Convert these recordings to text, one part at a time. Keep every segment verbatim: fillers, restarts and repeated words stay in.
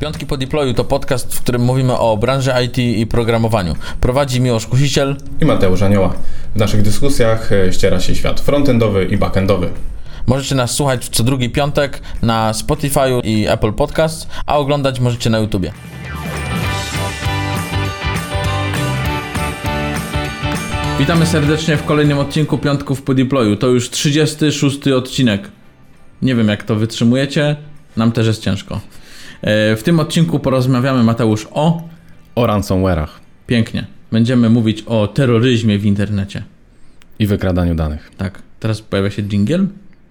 Piątki po deployu to podcast, w którym mówimy o branży I T i programowaniu. Prowadzi Miłosz Kusiciel i Mateusz Anioła. W naszych dyskusjach ściera się świat frontendowy i backendowy. Możecie nas słuchać co drugi piątek na Spotify i Apple Podcast, a oglądać możecie na YouTubie. Witamy serdecznie w kolejnym odcinku Piątków po deployu. To już trzydziesty szósty odcinek. Nie wiem, jak to wytrzymujecie, nam też jest ciężko. W tym odcinku porozmawiamy, Mateusz, o... O ransomware'ach. Pięknie. Będziemy mówić o terroryzmie w internecie. I wykradaniu danych. Tak. Teraz pojawia się dżingiel.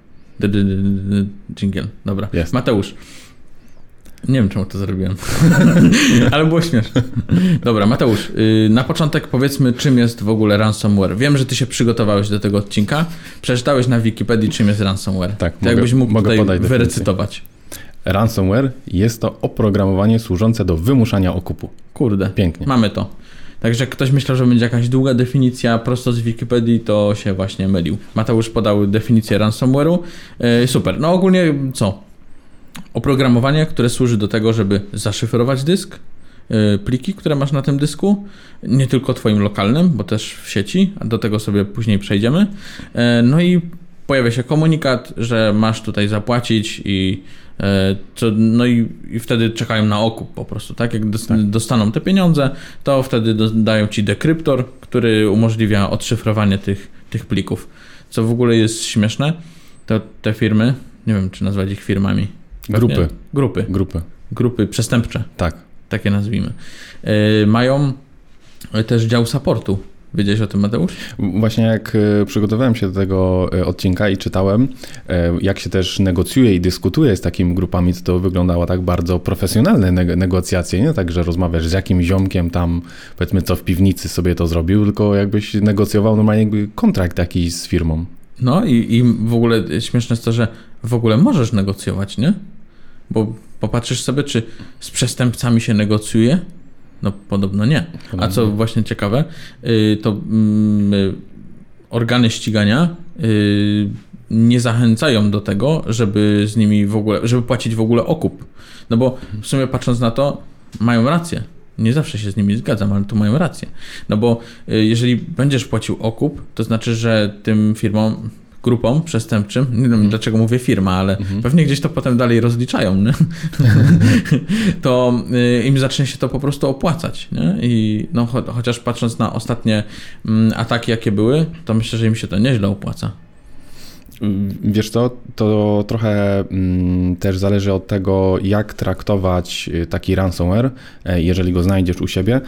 Dżingiel. Dobra. Jest. Mateusz. Nie wiem, czemu to zrobiłem. Ale było śmieszne. Dobra, Mateusz, na początek powiedzmy, czym jest w ogóle ransomware. Wiem, że ty się przygotowałeś do tego odcinka. Przeczytałeś na Wikipedii, czym jest ransomware. Tak. To jakbyś mógł mogę tutaj wyrecytować. Ransomware jest to oprogramowanie służące do wymuszania okupu. Kurde. Pięknie. Mamy to. Także ktoś myślał, że będzie jakaś długa definicja prosto z Wikipedii, to się właśnie mylił. Mateusz podał definicję ransomware'u. Yy, super. No ogólnie co? Oprogramowanie, które służy do tego, żeby zaszyfrować dysk, yy, pliki, które masz na tym dysku, nie tylko twoim lokalnym, bo też w sieci, a do tego sobie później przejdziemy. Yy, no i pojawia się komunikat, że masz tutaj zapłacić i Co, no i, i wtedy czekają na okup po prostu, tak? Jak dos- tak. dostaną te pieniądze, to wtedy do, dają ci dekryptor, który umożliwia odszyfrowanie tych, tych plików. Co w ogóle jest śmieszne, to te firmy, nie wiem, czy nazwać ich firmami. Grupy. Pewnie, grupy. Grupy. Grupy przestępcze. Tak. Takie nazwijmy. Yy, mają też dział supportu. Wiedziałeś o tym, Mateusz? Właśnie jak przygotowałem się do tego odcinka i czytałem, jak się też negocjuje i dyskutuje z takimi grupami, to, to wyglądało tak bardzo profesjonalne neg- negocjacje, nie tak, że rozmawiasz z jakimś ziomkiem tam, powiedzmy co w piwnicy sobie to zrobił, tylko jakbyś negocjował normalnie jakby kontrakt jakiś z firmą. No i, i w ogóle śmieszne jest to, że w ogóle możesz negocjować, nie? Bo popatrzysz sobie, czy z przestępcami się negocjuje? No podobno nie. A co właśnie ciekawe, to organy ścigania nie zachęcają do tego, żeby z nimi w ogóle, żeby płacić w ogóle okup. No bo w sumie patrząc na to, mają rację. Nie zawsze się z nimi zgadzam, ale tu mają rację. No bo jeżeli będziesz płacił okup, to znaczy, że tym firmom, grupom przestępczym, nie wiem hmm. dlaczego mówię firma, ale hmm. pewnie gdzieś to potem dalej rozliczają, nie? to y, im zacznie się to po prostu opłacać, nie? I no, cho- chociaż patrząc na ostatnie mm, ataki, jakie były, to myślę, że im się to nieźle opłaca. Wiesz co, to trochę mm, też zależy od tego, jak traktować taki ransomware, jeżeli go znajdziesz u siebie,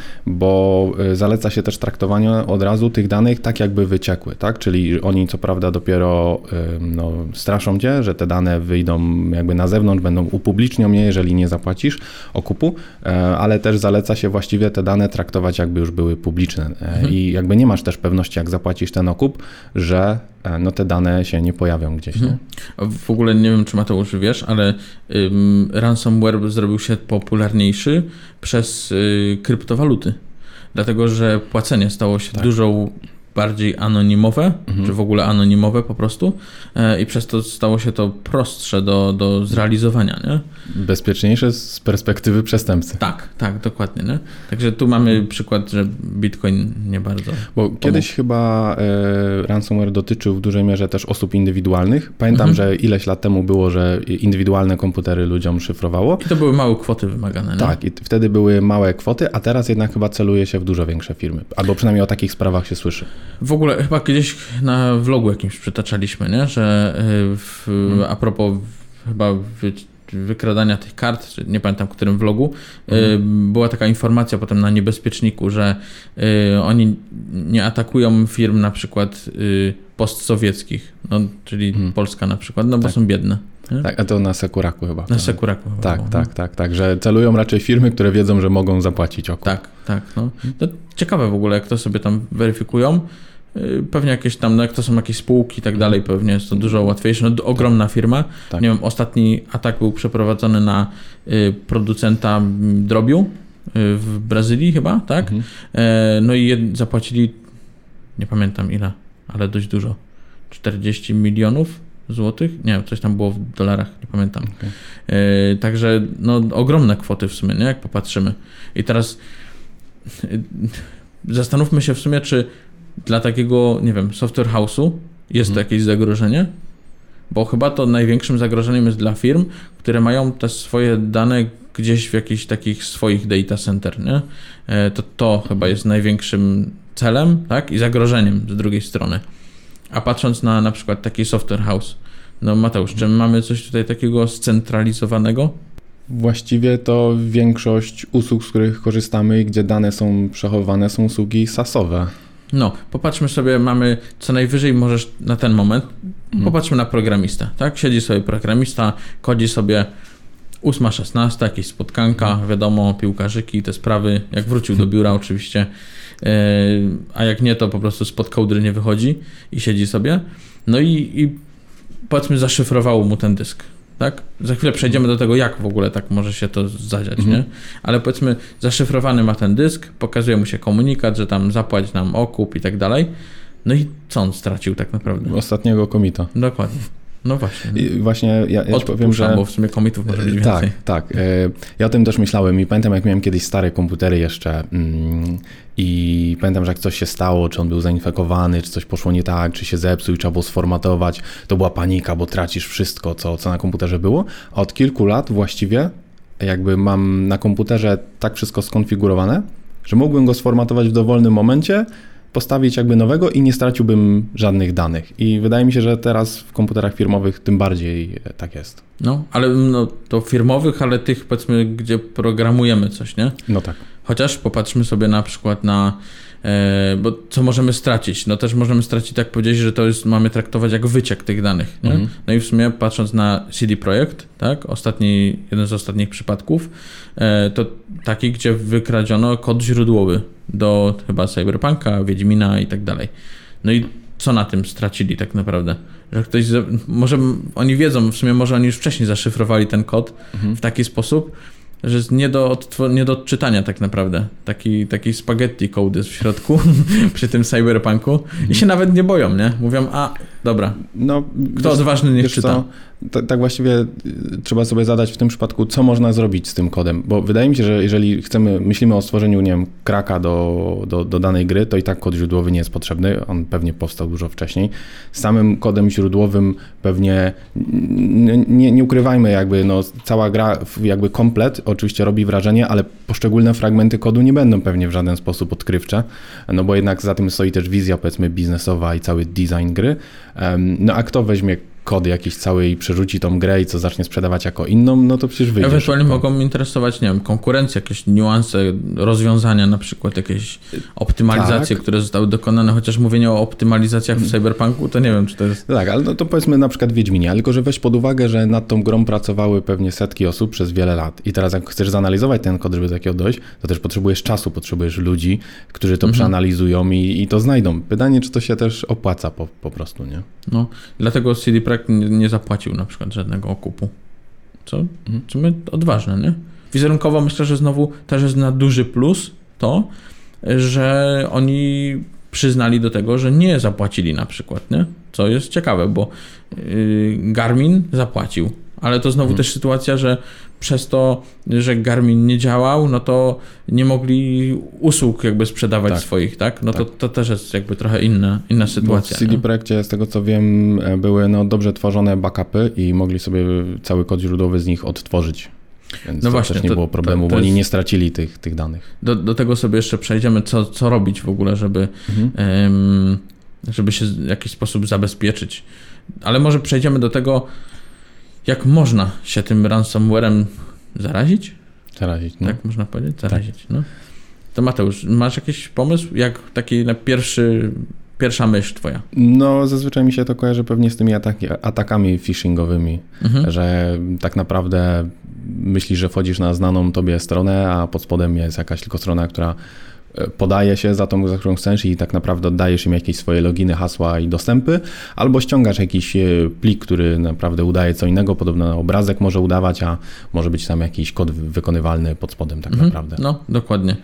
bo zaleca się też traktowanie od razu tych danych tak, jakby wyciekły, tak? Czyli oni co prawda dopiero no, straszą cię, że te dane wyjdą jakby na zewnątrz, będą upublicznią je, jeżeli nie zapłacisz okupu, ale też zaleca się właściwie te dane traktować, jakby już były publiczne. Mhm. I jakby nie masz też pewności, jak zapłacisz ten okup, że no te dane się nie pojawią gdzieś. Nie? W ogóle nie wiem, czy Mateusz wiesz, ale ym, ransomware zrobił się popularniejszy przez y, kryptowaluty. Dlatego, że płacenie stało się tak. dużo bardziej anonimowe, mhm. czy w ogóle anonimowe po prostu e, i przez to stało się to prostsze do, do zrealizowania, nie? Bezpieczniejsze z perspektywy przestępcy. Tak, tak, dokładnie, nie? Także tu mamy przykład, że Bitcoin nie bardzo Bo pomógł. Kiedyś chyba e, ransomware dotyczył w dużej mierze też osób indywidualnych. Pamiętam, mhm. że ileś lat temu było, że indywidualne komputery ludziom szyfrowało. I to były małe kwoty wymagane, nie? Tak, i wtedy były małe kwoty, a teraz jednak chyba celuje się w dużo większe firmy. Albo przynajmniej o takich sprawach się słyszy. W ogóle chyba kiedyś na vlogu jakimś przytaczaliśmy, nie? Że w, hmm. a propos chyba wy, wykradania tych kart, czy nie pamiętam w którym vlogu, hmm. była taka informacja potem na niebezpieczniku, że y, oni nie atakują firm na przykład y, postsowieckich, no, czyli hmm. Polska na przykład, no bo tak. są biedne. Nie? Tak, a to na Sekuraku chyba. Na Sekuraku chyba. Tak, było, tak, no. tak, tak, że celują raczej firmy, które wiedzą, że mogą zapłacić okup. Tak, tak. No. To ciekawe w ogóle, jak to sobie tam weryfikują. Pewnie jakieś tam, no jak to są jakieś spółki i tak dalej, pewnie jest to dużo łatwiejsze. No, ogromna firma. Tak. Nie wiem, ostatni atak był przeprowadzony na y, producenta drobiu y, w Brazylii chyba, tak? Mhm. E, no i jed, zapłacili, nie pamiętam ile, ale dość dużo. czterdzieści milionów złotych? Nie, coś tam było w dolarach, nie pamiętam. Okay. Yy, także no, ogromne kwoty w sumie, nie? Jak popatrzymy. I teraz yy, zastanówmy się w sumie, czy dla takiego, nie wiem, software house'u jest hmm. to jakieś zagrożenie? Bo chyba to największym zagrożeniem jest dla firm, które mają te swoje dane gdzieś w jakichś takich swoich data center, nie? Yy, to to chyba jest największym celem, tak? I zagrożeniem z drugiej strony. A patrząc na na przykład taki software house, no Mateusz, czy mamy coś tutaj takiego scentralizowanego? Właściwie to większość usług, z których korzystamy i gdzie dane są przechowywane, są usługi sasowe. No, popatrzmy sobie, mamy co najwyżej możesz na ten moment, hmm. popatrzmy na programistę, tak? Siedzi sobie programista, kodzi sobie ósma szesnasta, jakieś spotkanka, hmm. wiadomo, piłkarzyki, te sprawy, jak wrócił do biura oczywiście, yy, a jak nie, to po prostu spod kołdry nie wychodzi i siedzi sobie. No i, i powiedzmy zaszyfrowało mu ten dysk, tak? Za chwilę przejdziemy do tego, jak w ogóle tak może się to zadziać, mhm. nie? Ale powiedzmy zaszyfrowany ma ten dysk, pokazuje mu się komunikat, że tam zapłać nam okup i tak dalej. No i co on stracił tak naprawdę? Ostatniego komita. Dokładnie. No właśnie. I właśnie ja, ja ci powiem, że... bo w sumie komitów może być więcej. Tak, tak. Ja o tym też myślałem i pamiętam, jak miałem kiedyś stare komputery jeszcze i pamiętam, że jak coś się stało, czy on był zainfekowany, czy coś poszło nie tak, czy się zepsuł i trzeba było sformatować, to była panika, bo tracisz wszystko, co, co na komputerze było. A od kilku lat właściwie jakby mam na komputerze tak wszystko skonfigurowane, że mógłbym go sformatować w dowolnym momencie, postawić jakby nowego i nie straciłbym żadnych danych. I wydaje mi się, że teraz w komputerach firmowych tym bardziej tak jest. No, ale no, to firmowych, ale tych powiedzmy, gdzie programujemy coś, nie? No tak. Chociaż popatrzmy sobie na przykład na, e, bo co możemy stracić? No też możemy stracić, tak powiedzieć, że to jest, mamy traktować jak wyciek tych danych, nie? Mhm. No i w sumie patrząc na C D Projekt, tak, ostatni, jeden z ostatnich przypadków, e, to taki, gdzie wykradziono kod źródłowy do chyba Cyberpunka, Wiedźmina i tak dalej. No i co na tym stracili tak naprawdę? Że ktoś, może oni wiedzą, w sumie może oni już wcześniej zaszyfrowali ten kod mhm. w taki sposób, że jest nie do, odtwor- nie do odczytania tak naprawdę. Taki, taki spaghetti code jest w środku przy tym Cyberpunku i się nawet nie boją, nie? Mówią, a dobra, no, kto wiesz, odważny niech czyta. Co? Tak, tak właściwie trzeba sobie zadać w tym przypadku, co można zrobić z tym kodem, bo wydaje mi się, że jeżeli chcemy, myślimy o stworzeniu, nie wiem, kraka do, do, do danej gry, to i tak kod źródłowy nie jest potrzebny, on pewnie powstał dużo wcześniej. Z samym kodem źródłowym pewnie, nie, nie ukrywajmy jakby, no cała gra, jakby komplet oczywiście robi wrażenie, ale poszczególne fragmenty kodu nie będą pewnie w żaden sposób odkrywcze, no bo jednak za tym stoi też wizja, powiedzmy, biznesowa i cały design gry. No a kto weźmie kod jakiś cały i przerzuci tą grę i co zacznie sprzedawać jako inną, no to przecież wyjdzie. Ewentualnie szybko. Mogą interesować, nie wiem, konkurencja, jakieś niuanse, rozwiązania, na przykład jakieś optymalizacje, tak. które zostały dokonane, chociaż mówienie o optymalizacjach w Cyberpunku, to nie wiem, czy to jest... Tak, ale no to powiedzmy na przykład Wiedźminie, ale tylko, że weź pod uwagę, że nad tą grą pracowały pewnie setki osób przez wiele lat i teraz jak chcesz zanalizować ten kod, żeby do takiego dojść, to też potrzebujesz czasu, potrzebujesz ludzi, którzy to mhm. przeanalizują i, i to znajdą. Pytanie, czy to się też opłaca po, po prostu, nie? No, dlatego C D Projekt nie, nie zapłacił na przykład żadnego okupu. Co? Mhm. W sumie odważne, nie? Wizerunkowo myślę, że znowu też jest na duży plus to, że oni przyznali do tego, że nie zapłacili na przykład, nie? Co jest ciekawe, bo yy, Garmin zapłacił, ale to znowu mhm. też sytuacja, że przez to, że Garmin nie działał, no to nie mogli usług jakby sprzedawać tak. swoich, tak? No tak. To, to też jest jakby trochę inna, inna sytuacja. Bo w C D Projekcie, z tego co wiem, były no dobrze tworzone backupy i mogli sobie cały kod źródłowy z nich odtworzyć. Więc no to właśnie, też nie to, było problemu, to, to bo jest... oni nie stracili tych, tych danych. Do, do tego sobie jeszcze przejdziemy, co, co robić w ogóle, żeby, mhm. um, żeby się w jakiś sposób zabezpieczyć. Ale może przejdziemy do tego, jak można się tym ransomwarem zarazić? Zarazić, no. Tak można powiedzieć? Zarazić, no. To Mateusz, masz jakiś pomysł? Jak taki na pierwszy, pierwsza myśl twoja? No zazwyczaj mi się to kojarzy pewnie z tymi ataki, atakami phishingowymi, mhm. że tak naprawdę myślisz, że wchodzisz na znaną tobie stronę, a pod spodem jest jakaś tylko strona, która podaje się za tą, za którą chcesz i tak naprawdę oddajesz im jakieś swoje loginy, hasła i dostępy, albo ściągasz jakiś plik, który naprawdę udaje co innego, podobno obrazek może udawać, a może być tam jakiś kod wykonywalny pod spodem tak mhm, naprawdę. No, dokładnie.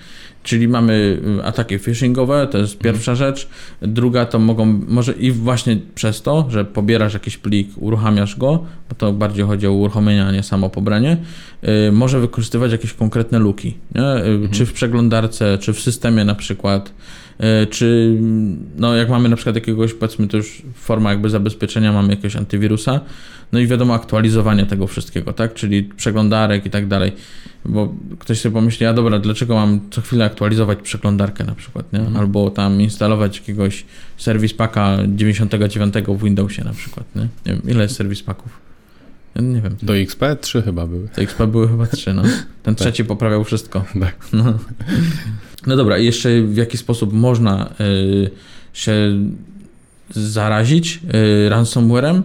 Czyli mamy ataki phishingowe, to jest pierwsza mhm. rzecz. Druga to mogą, może i właśnie przez to, że pobierasz jakiś plik, uruchamiasz go, bo to bardziej chodzi o uruchomienie, a nie samo pobranie, yy, może wykorzystywać jakieś konkretne luki, nie? Yy, mhm. czy w przeglądarce, czy w systemie na przykład, yy, czy no jak mamy na przykład jakiegoś, powiedzmy to już forma jakby zabezpieczenia, mamy jakiegoś antywirusa, no i wiadomo aktualizowanie tego wszystkiego, tak, czyli przeglądarek i tak dalej, bo ktoś sobie pomyśli, a dobra, dlaczego mam co chwilę aktualizować przeglądarkę na przykład, nie? Mhm. Albo tam instalować jakiegoś serwis packa dziewięćdziesiątego dziewiątego w Windowsie na przykład, nie? Nie wiem, ile jest serwis packów? Ja nie wiem. Do X P trzy chyba były. Do X P były chyba trzy, no. Ten tak. trzeci poprawiał wszystko. Tak. No. No dobra, i jeszcze w jaki sposób można y, się zarazić y, ransomwarem?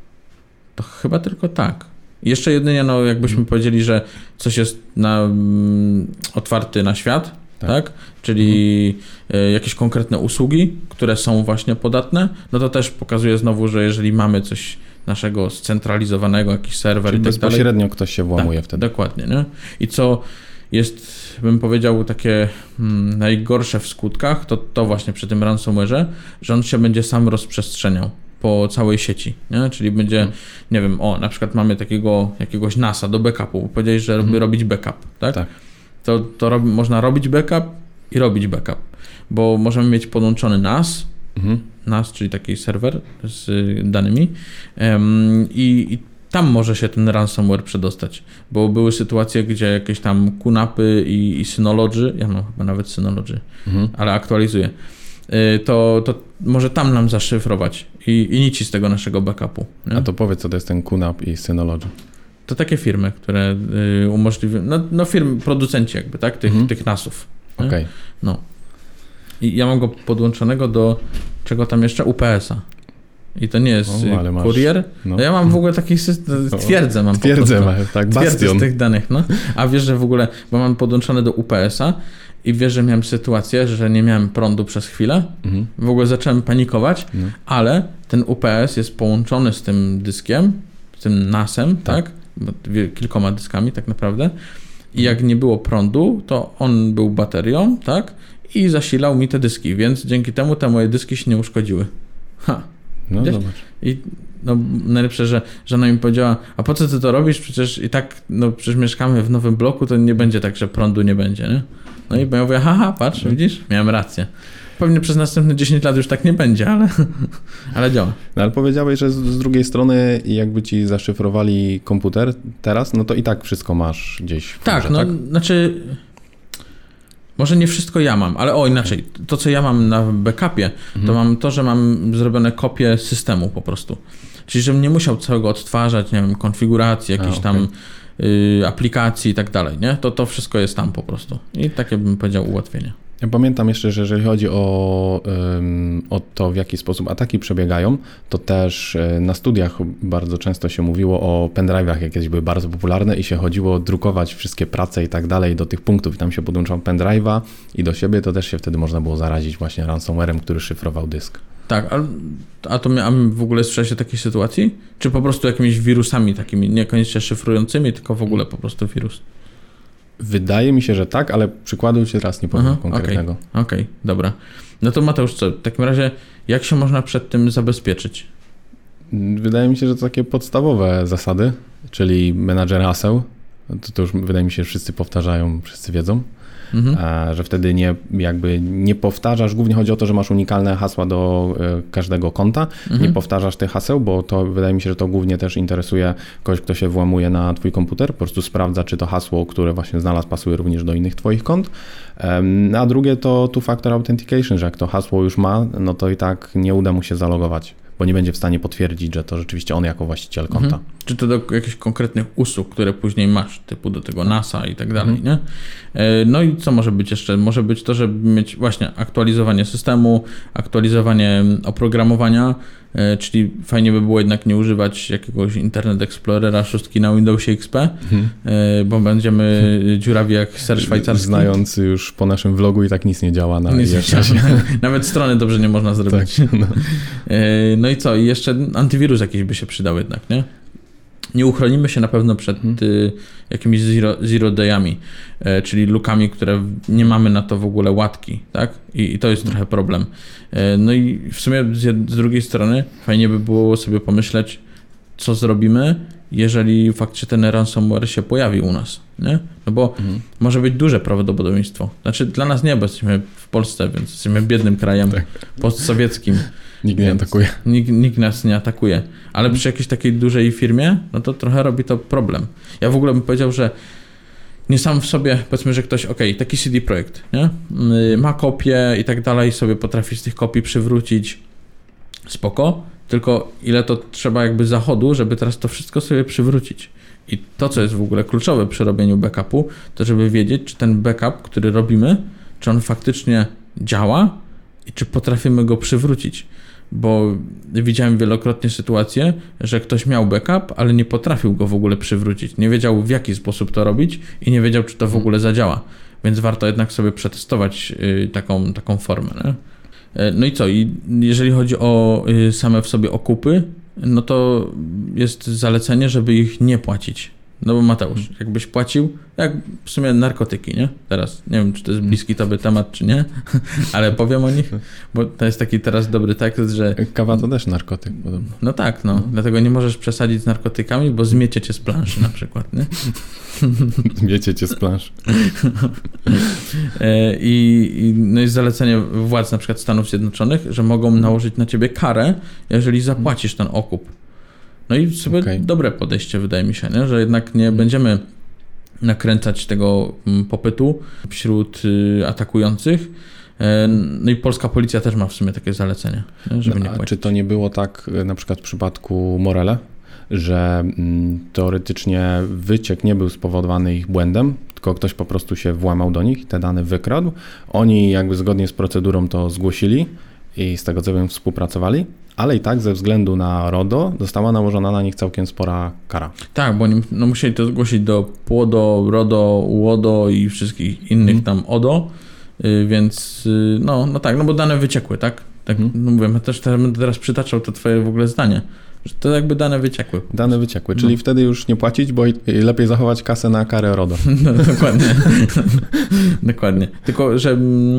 To chyba tylko tak. Jeszcze jedynie, no jakbyśmy hmm. powiedzieli, że coś jest na, mm, otwarty na świat, tak? tak? Czyli hmm. y, jakieś konkretne usługi, które są właśnie podatne, no to też pokazuje znowu, że jeżeli mamy coś naszego scentralizowanego, jakiś serwer czyli i tak bezpośrednio dalej, ktoś się włamuje tak, wtedy. Dokładnie, nie? I co jest, bym powiedział, takie hmm, najgorsze w skutkach, to to właśnie przy tym ransomware'ze, że on się będzie sam rozprzestrzeniał po całej sieci, nie? Czyli będzie, hmm. nie wiem, o, na przykład mamy takiego jakiegoś nasa do backupu, powiedziałeś, że hmm. robić backup, tak? tak. To, to rob, można robić backup i robić backup, bo możemy mieć podłączony nas, hmm. nas, czyli taki serwer z danymi um, i, i tam może się ten ransomware przedostać, bo były sytuacje, gdzie jakieś tam kunapy i, i Synology, ja mam chyba nawet Synology, mhm. ale aktualizuję, to, to może tam nam zaszyfrować i, i nici z tego naszego backupu. Nie? A to powiedz, co to jest ten kunap i Synology. To takie firmy, które y, umożliwiają, no, no firmy, producenci jakby, tak, tych, mhm. tych nasów. Okej. Okay. No. I ja mam go podłączonego do czego tam jeszcze? U P S a. I to nie jest o, masz, kurier. No. Ja mam w ogóle taki system, twierdzę mam Twierdzę, ma, tak, bastion. Z tych danych, no. A wiesz, że w ogóle, bo mam podłączone do U P S a i wiesz, że miałem sytuację, że nie miałem prądu przez chwilę. Mhm. W ogóle zacząłem panikować, no. ale ten U P S jest połączony z tym dyskiem, z tym nasem, tak? tak? Bo kilkoma dyskami tak naprawdę. I jak nie było prądu, to on był baterią, tak? I zasilał mi te dyski, więc dzięki temu te moje dyski się nie uszkodziły. Ha. No zobacz. I no, najlepsze, że żona mi powiedziała, a po co ty to robisz? Przecież i tak, no przecież mieszkamy w nowym bloku, to nie będzie tak, że prądu nie będzie, nie? No i ja mówię, haha, patrz, widzisz? Miałem rację. Pewnie przez następne dziesięć lat już tak nie będzie, ale, ale działa. No ale powiedziałeś, że z, z drugiej strony jakby ci zaszyfrowali komputer teraz, no to i tak wszystko masz gdzieś w Tak, chmurze, no tak? znaczy... Może nie wszystko ja mam, ale o inaczej, to co ja mam na backupie, mhm. to mam to, że mam zrobione kopie systemu po prostu. Czyli żebym nie musiał całego odtwarzać, nie wiem, konfiguracji, jakiejś A, okay. tam y, aplikacji i tak dalej, nie? To to wszystko jest tam po prostu. I takie bym powiedział ułatwienie. Ja pamiętam jeszcze, że jeżeli chodzi o, um, o to, w jaki sposób ataki przebiegają, to też na studiach bardzo często się mówiło o pendrive'ach, jak kiedyś były bardzo popularne i się chodziło drukować wszystkie prace i tak dalej do tych punktów i tam się podłączał pendrive'a i do siebie, to też się wtedy można było zarazić właśnie ransomwarem, który szyfrował dysk. Tak, a, a to miałem w ogóle słyszałeś o takiej sytuacji? Czy po prostu jakimiś wirusami takimi, niekoniecznie szyfrującymi, tylko w ogóle po prostu wirus? Wydaje mi się, że tak, ale przykładu ci teraz nie powiem Aha, konkretnego. Okej, okay, okay, dobra. No to Mateusz, co? W takim razie jak się można przed tym zabezpieczyć? Wydaje mi się, że to takie podstawowe zasady, czyli menadżer haseł, to, to już wydaje mi się, że wszyscy powtarzają, wszyscy wiedzą, mhm. a, że wtedy nie, jakby nie powtarzasz, głównie chodzi o to, że masz unikalne hasła do y, każdego konta, mhm. nie powtarzasz tych haseł, bo to wydaje mi się, że to głównie też interesuje kogoś, kto się włamuje na twój komputer, po prostu sprawdza, czy to hasło, które właśnie znalazł, pasuje również do innych twoich kont. Um, a drugie to two-factor authentication, że jak to hasło już ma, no to i tak nie uda mu się zalogować, bo nie będzie w stanie potwierdzić, że to rzeczywiście on jako właściciel konta. Mhm. Czy to do jakichś konkretnych usług, które później masz, typu do tego nasa i tak dalej, nie? No i co może być jeszcze? Może być to, żeby mieć właśnie aktualizowanie systemu, aktualizowanie oprogramowania, czyli fajnie by było jednak nie używać jakiegoś Internet Explorera szóstki na Windowsie X P, mhm. bo będziemy dziurawi jak ser szwajcarski. Znając już po naszym vlogu i tak nic nie działa na nic nie działa. Nawet strony dobrze nie można zrobić. Tak, no. no i co? I jeszcze antywirus jakiś by się przydał jednak, nie? nie uchronimy się na pewno przed hmm. y, jakimiś zero, zero dayami, y, czyli lukami, które nie mamy na to w ogóle łatki, tak? I, i to jest hmm. trochę problem. Y, no i w sumie z, z drugiej strony fajnie by było sobie pomyśleć, co zrobimy, jeżeli faktycznie ten ransomware się pojawi u nas, nie? No bo mhm. może być duże prawdopodobieństwo. Znaczy dla nas nie, bo jesteśmy w Polsce, więc jesteśmy biednym krajem tak. postsowieckim. Nikt nie atakuje. Nikt, nikt nas nie atakuje. Ale przy jakiejś takiej dużej firmie, no to trochę robi to problem. Ja w ogóle bym powiedział, że nie sam w sobie, powiedzmy, że ktoś, okej, okay, taki C D Projekt, nie? Ma kopię i tak dalej, sobie potrafi z tych kopii przywrócić, spoko, tylko ile to trzeba jakby zachodu, żeby teraz to wszystko sobie przywrócić. I to, co jest w ogóle kluczowe przy robieniu backupu, to żeby wiedzieć, czy ten backup, który robimy, czy on faktycznie działa i czy potrafimy go przywrócić. Bo widziałem wielokrotnie sytuację, że ktoś miał backup, ale nie potrafił go w ogóle przywrócić. Nie wiedział, w jaki sposób to robić i nie wiedział, czy to w ogóle zadziała. Więc warto jednak sobie przetestować yy, taką, taką formę. Nie? No i co? I jeżeli chodzi o same w sobie okupy, no to jest zalecenie, żeby ich nie płacić. No bo Mateusz, jakbyś płacił, jak w sumie narkotyki, nie? Teraz, nie wiem, czy to jest bliski tobie temat, czy nie, ale powiem o nich, bo to jest taki teraz dobry tekst, że... Kawa to też narkotyk podobno. No tak, no. no. Dlatego nie możesz przesadzić z narkotykami, bo zmiecie cię z planszy na przykład, nie? Zmiecie cię z planszy. I, i no jest zalecenie władz na przykład Stanów Zjednoczonych, że mogą nałożyć na ciebie karę, jeżeli zapłacisz ten okup. No i sobie okay. dobre podejście wydaje mi się, nie? Że jednak nie będziemy nakręcać tego popytu wśród atakujących. No i polska policja też ma w sumie takie zalecenie, nie? Żeby no, nie płacić. Czy to nie było tak na przykład w przypadku Morele, że mm, teoretycznie wyciek nie był spowodowany ich błędem, tylko ktoś po prostu się włamał do nich i te dane wykradł. Oni jakby zgodnie z procedurą to zgłosili i z tego co wiem współpracowali, ale i tak ze względu na RODO została nałożona na nich całkiem spora kara. Tak, bo oni no, musieli to zgłosić do PłoDO, RODO, UODO i wszystkich innych mm. tam ODO, yy, więc yy, no, no tak, no bo dane wyciekły, tak? Tak, mm. no mówię, ja też będę teraz przytaczał to twoje w ogóle zdanie, że to jakby dane wyciekły. Dane wyciekły, czyli no. wtedy już nie płacić, bo lepiej zachować kasę na karę RODO. No, dokładnie. Dokładnie. Tylko, że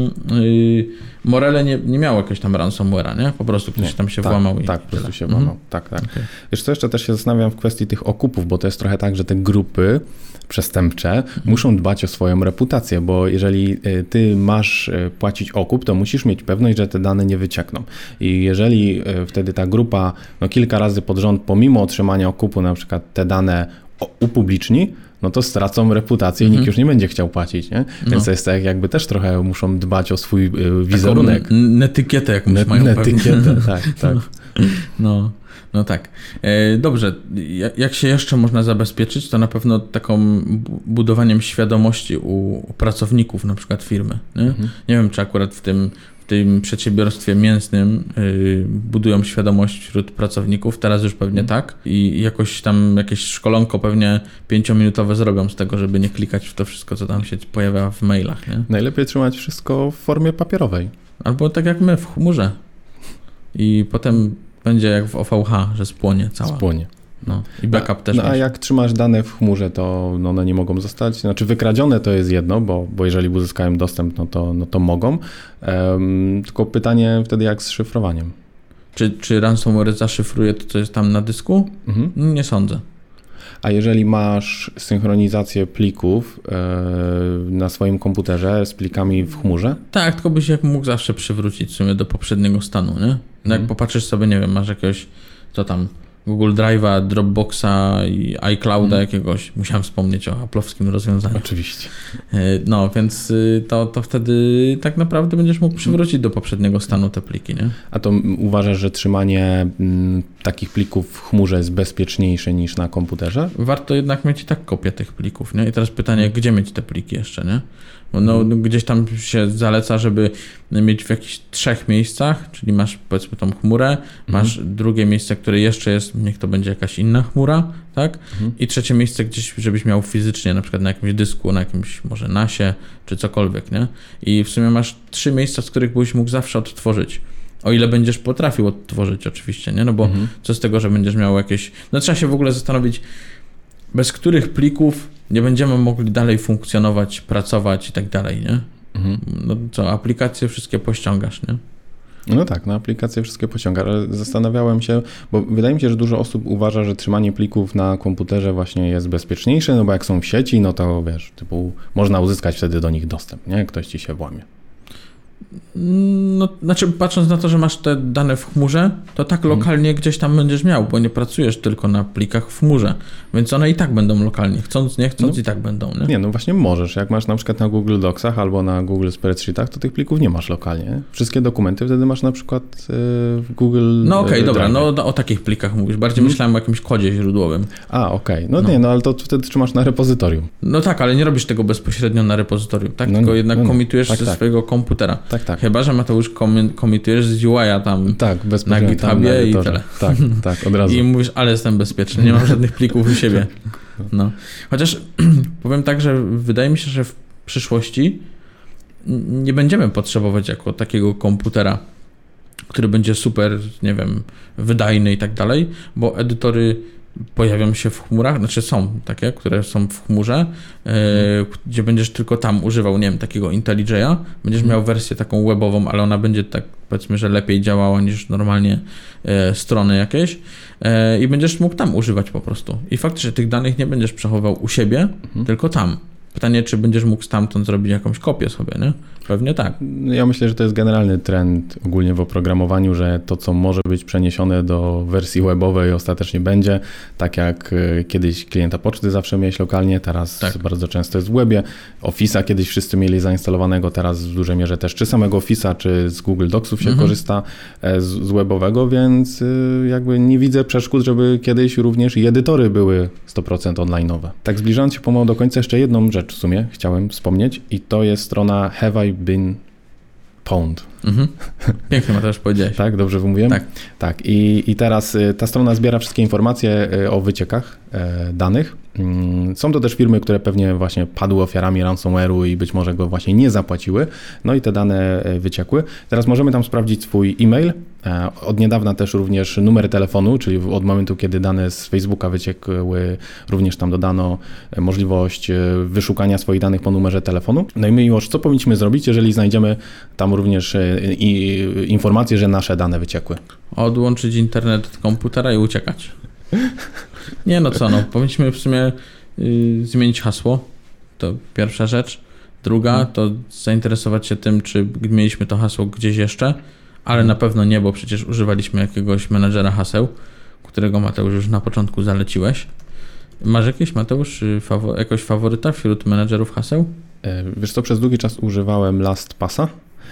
yy, Morele nie, nie miało jakiegoś tam ransomware'a, nie? Po prostu ktoś nie, tam się tak, włamał. I tak, po prostu się włamał. Mhm. Tak, tak. Okay. Wiesz co, jeszcze też się zastanawiam w kwestii tych okupów, bo to jest trochę tak, że te grupy przestępcze mhm. muszą dbać o swoją reputację, bo jeżeli ty masz płacić okup, to musisz mieć pewność, że te dane nie wyciekną. I jeżeli wtedy ta grupa no, kilka razy pod rząd, pomimo otrzymania okupu, na przykład te dane upubliczni, no to stracą reputację i nikt mm-hmm. już nie będzie chciał płacić, nie? Więc no. to jest tak, jakby też trochę muszą dbać o swój y, wizerunek. Taką netykietę jakąś Net, mają netykietę, tak, tak. No, no tak. E, dobrze, jak się jeszcze można zabezpieczyć, to na pewno taką budowaniem świadomości u, u pracowników na przykład firmy, nie? Mm-hmm. Nie wiem, czy akurat w tym w tym przedsiębiorstwie mięsnym yy, budują świadomość wśród pracowników, teraz już pewnie tak i jakoś tam jakieś szkolonko pewnie pięciominutowe zrobią z tego, żeby nie klikać w to wszystko, co tam się pojawia w mailach, nie? Najlepiej trzymać wszystko w formie papierowej. Albo tak jak my, w chmurze. I potem będzie jak w O V H, że spłonie cała. Spłonie. No, i backup a, też. No, a jak trzymasz dane w chmurze, to no, one nie mogą zostać, znaczy wykradzione to jest jedno, bo, bo jeżeli uzyskają dostęp, no to, no to mogą. Um, tylko pytanie wtedy jak z szyfrowaniem. Czy, czy ransomware zaszyfruje to, co jest tam na dysku? Mhm. Nie sądzę. A jeżeli masz synchronizację plików yy, na swoim komputerze z plikami w chmurze? Tak, tylko byś jak mógł zawsze przywrócić w sumie do poprzedniego stanu, nie? No jak mhm. popatrzysz sobie, nie wiem, masz jakiegoś, co tam, Google Drive'a, Dropboxa i iClouda hmm. jakiegoś. Musiałem wspomnieć o Apple'owskim rozwiązaniu. Oczywiście. No, więc to, to wtedy tak naprawdę będziesz mógł przywrócić do poprzedniego stanu te pliki, nie? A to uważasz, że trzymanie m, takich plików w chmurze jest bezpieczniejsze niż na komputerze? Warto jednak mieć i tak kopię tych plików, nie? I teraz pytanie, gdzie mieć te pliki jeszcze, nie? No, hmm. gdzieś tam się zaleca, żeby mieć w jakichś trzech miejscach, czyli masz powiedzmy tą chmurę, hmm. masz drugie miejsce, które jeszcze jest, niech to będzie jakaś inna chmura, tak? Hmm. I trzecie miejsce gdzieś, żebyś miał fizycznie, na przykład na jakimś dysku, na jakimś może nasie, czy cokolwiek, nie? I w sumie masz trzy miejsca, z których byś mógł zawsze odtworzyć. O ile będziesz potrafił odtworzyć oczywiście, nie? No bo mhm. co z tego, że będziesz miał jakieś... No trzeba się w ogóle zastanowić, bez których plików nie będziemy mogli dalej funkcjonować, pracować i tak dalej, nie? Mhm. No co, aplikacje wszystkie pościągasz, nie? No tak, no aplikacje wszystkie pociąga, ale zastanawiałem się, bo wydaje mi się, że dużo osób uważa, że trzymanie plików na komputerze właśnie jest bezpieczniejsze, no bo jak są w sieci, no to wiesz, typu można uzyskać wtedy do nich dostęp, nie? Ktoś ci się włamie. No, znaczy patrząc na to, że masz te dane w chmurze, to tak lokalnie hmm. gdzieś tam będziesz miał, bo nie pracujesz tylko na plikach w chmurze, więc one i tak będą lokalnie, chcąc, nie chcąc no, i tak będą. Nie? nie, no właśnie możesz, jak masz na przykład na Google Docsach albo na Google Spreadsheetach, to tych plików nie masz lokalnie. Nie? Wszystkie dokumenty wtedy masz na przykład w Google No okej, okay, dobra, Drive. no o takich plikach mówisz, bardziej hmm. myślałem o jakimś kodzie źródłowym. A, okej, okay. no, no nie, no ale to wtedy trzymasz na repozytorium. No tak, ale nie robisz tego bezpośrednio na repozytorium, tak? No, tylko jednak no, komitujesz tak, ze tak. swojego komputera. Tak, tak. Chyba, że Mateusz komitujesz z U I a tam tak, na GitHubie i tyle. Tak, tak, od razu. I mówisz, ale jestem bezpieczny, nie mam żadnych plików u siebie. No. Chociaż powiem tak, że wydaje mi się, że w przyszłości nie będziemy potrzebować jako takiego komputera, który będzie super, nie wiem, wydajny i tak dalej, bo edytory pojawią się w chmurach, znaczy są takie, które są w chmurze, yy, gdzie będziesz tylko tam używał, nie wiem, takiego IntelliJ'a, będziesz hmm. miał wersję taką webową, ale ona będzie tak, powiedzmy, że lepiej działała niż normalnie yy, strony jakieś yy, i będziesz mógł tam używać po prostu. I faktycznie tych danych nie będziesz przechowywał u siebie, hmm. tylko tam. Pytanie, czy będziesz mógł stamtąd zrobić jakąś kopię sobie, nie? Pewnie tak. Ja myślę, że to jest generalny trend ogólnie w oprogramowaniu, że to, co może być przeniesione do wersji webowej, ostatecznie będzie. Tak jak kiedyś klienta poczty zawsze miałeś lokalnie, teraz tak. bardzo często jest w webie. Office'a kiedyś wszyscy mieli zainstalowanego, teraz w dużej mierze też czy samego Office'a, czy z Google Docsów się mhm. korzysta z, z webowego, więc jakby nie widzę przeszkód, żeby kiedyś również i edytory były sto procent online'owe. Tak zbliżając się pomału do końca, jeszcze jedną rzecz w sumie chciałem wspomnieć i to jest strona Have I Been Pwned. Mhm. Pięknie Mateusz powiedziałeś. Tak, dobrze wymówiłem? Tak. Tak. I, I teraz ta strona zbiera wszystkie informacje o wyciekach e, danych. Są to też firmy, które pewnie właśnie padły ofiarami ransomware'u i być może go właśnie nie zapłaciły. No i te dane wyciekły. Teraz możemy tam sprawdzić swój e-mail. Od niedawna też również numer telefonu, czyli od momentu, kiedy dane z Facebooka wyciekły, również tam dodano możliwość wyszukania swoich danych po numerze telefonu. No i my już co powinniśmy zrobić, jeżeli znajdziemy tam również i informację, że nasze dane wyciekły? Odłączyć internet od komputera i uciekać. Nie no co, no powinniśmy w sumie yy, zmienić hasło, to pierwsza rzecz. Druga to zainteresować się tym, czy mieliśmy to hasło gdzieś jeszcze, ale na pewno nie, bo przecież używaliśmy jakiegoś menadżera haseł, którego Mateusz już na początku zaleciłeś. Masz jakieś, Mateusz, fawo- jakoś faworyta wśród menadżerów haseł? Wiesz co, przez długi czas używałem LastPassa,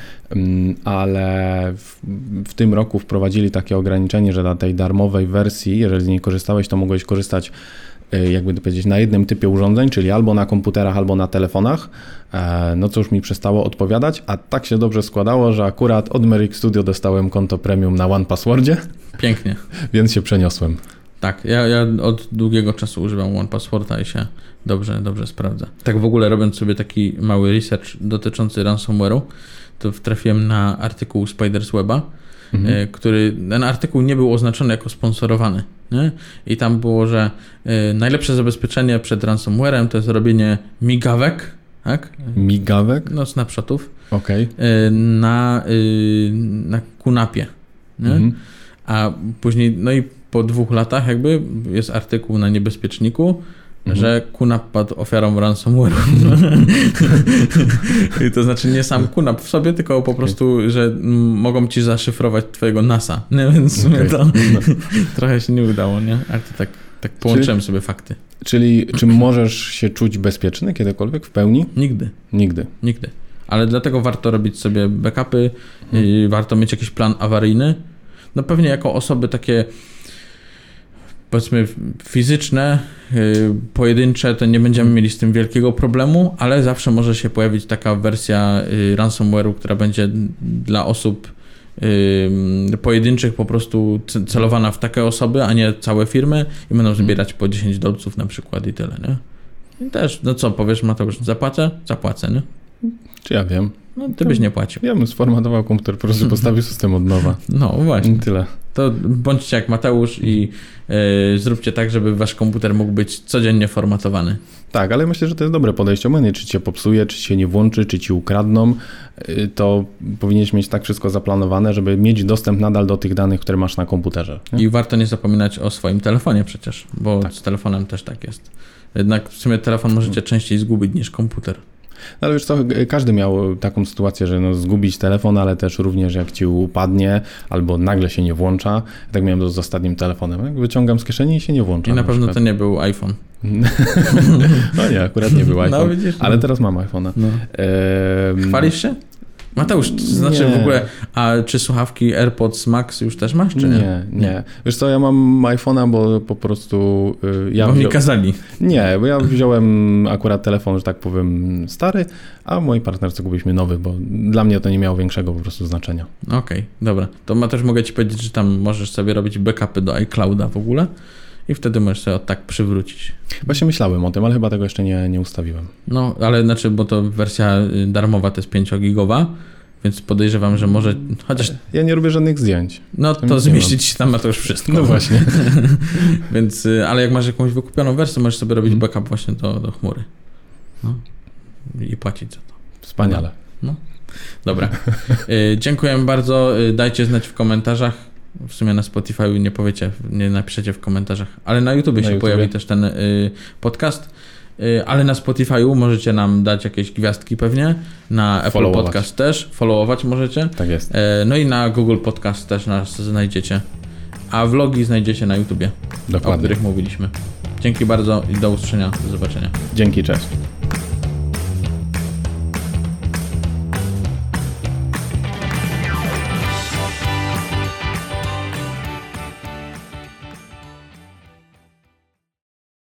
ale w, w tym roku wprowadzili takie ograniczenie, że na tej darmowej wersji, jeżeli z niej korzystałeś, to mogłeś korzystać, jakby to powiedzieć, na jednym typie urządzeń, czyli albo na komputerach, albo na telefonach, no co już mi przestało odpowiadać, a tak się dobrze składało, że akurat od Merrick Studio dostałem konto premium na OnePasswordzie. Pięknie. Więc się przeniosłem. Tak, ja, ja od długiego czasu używam OnePassworda i się dobrze, dobrze sprawdza. Tak w ogóle robiąc sobie taki mały research dotyczący ransomware'u, to trafiłem na artykuł Spiders Weba, mhm. który, ten artykuł nie był oznaczony jako sponsorowany, nie? I tam było, że y, najlepsze zabezpieczenie przed ransomwarem to jest robienie migawek, tak? Migawek? No, snapshotów. Okej. Okay. Na, y, na Kunapie, nie? Mhm. A później, no i po dwóch latach jakby jest artykuł na Niebezpieczniku, Mhm. że Kunap padł ofiarą ransomware'u. I to znaczy nie sam Kunap w sobie, tylko po prostu, okay. że m, mogą ci zaszyfrować twojego nasa. Nie? Więc okay. to no. trochę się nie udało, nie? Ale to tak, tak połączyłem czyli, sobie fakty. Czyli czy możesz się czuć bezpieczny kiedykolwiek w pełni? Nigdy. Nigdy. Nigdy. Ale dlatego warto robić sobie backupy, hmm. i warto mieć jakiś plan awaryjny. No pewnie jako osoby takie powiedzmy fizyczne, yy, pojedyncze, to nie będziemy mieli z tym wielkiego problemu, ale zawsze może się pojawić taka wersja yy, ransomware'u, która będzie dla osób yy, pojedynczych po prostu celowana w takie osoby, a nie całe firmy i będą zbierać po dziesięć dolców na przykład i tyle, nie? I też, no co powiesz Mateusz, zapłacę? Zapłacę, nie? Czy ja wiem. No, ty byś nie płacił. Ja bym sformatował komputer, po prostu postawił system od nowa. No właśnie. Tyle. To bądźcie jak Mateusz i yy, zróbcie tak, żeby wasz komputer mógł być codziennie formatowany. Tak, ale myślę, że to jest dobre podejście. Obojętnie, czy cię popsuje, czy się nie włączy, czy ci ukradną, to powinieneś mieć tak wszystko zaplanowane, żeby mieć dostęp nadal do tych danych, które masz na komputerze. Nie? I warto nie zapominać o swoim telefonie przecież, bo tak. z telefonem też tak jest. Jednak w sumie telefon możecie częściej zgubić niż komputer. No ale wiesz co, każdy miał taką sytuację, że no zgubić telefon, ale też również jak ci upadnie albo nagle się nie włącza. Tak miałem z ostatnim telefonem. Jak wyciągam z kieszeni i się nie włącza. I na, na pewno przykład. to nie był iPhone. No nie, akurat nie był iPhone, no, widzisz, ale no. teraz mam iPhone'a. No. Ehm... Chwalisz się? Mateusz, to znaczy nie. w ogóle, a czy słuchawki AirPods Max już też masz, czy nie? Nie, nie. Wiesz co, ja mam iPhone'a, bo po prostu... Yy, ja bo mi wzią... kazali. Nie, bo ja wziąłem akurat telefon, że tak powiem, stary, a moi partnerce kupiliśmy nowy, bo dla mnie to nie miało większego po prostu znaczenia. Okej, okay, dobra. To Mateusz, mogę ci powiedzieć, że tam możesz sobie robić backupy do iClouda w ogóle i wtedy możesz sobie tak przywrócić. Właśnie myślałem o tym, ale chyba tego jeszcze nie, nie ustawiłem. No, ale znaczy, bo to wersja darmowa to jest pięciogigowa, więc podejrzewam, że może, chociaż... Ja nie robię żadnych zdjęć. No to zmieścić się tam ma to już wszystko. No właśnie. Więc, ale jak masz jakąś wykupioną wersję, możesz sobie robić backup właśnie do, do chmury. No. I płacić za to. Wspaniale. No. Dobra. Y, dziękujemy bardzo. Y, dajcie znać w komentarzach. W sumie na Spotify nie powiecie, nie napiszecie w komentarzach, ale na YouTubie na się YouTubie. pojawi też ten y, podcast. Y, ale na Spotify'u możecie nam dać jakieś gwiazdki pewnie. Na Apple Followować. Podcast też. Followować możecie. Tak jest. Y, no i na Google Podcast też nas znajdziecie. A vlogi znajdziecie na YouTubie. Dokładnie. O których mówiliśmy. Dzięki bardzo i do usłyszenia. Do zobaczenia. Dzięki, cześć.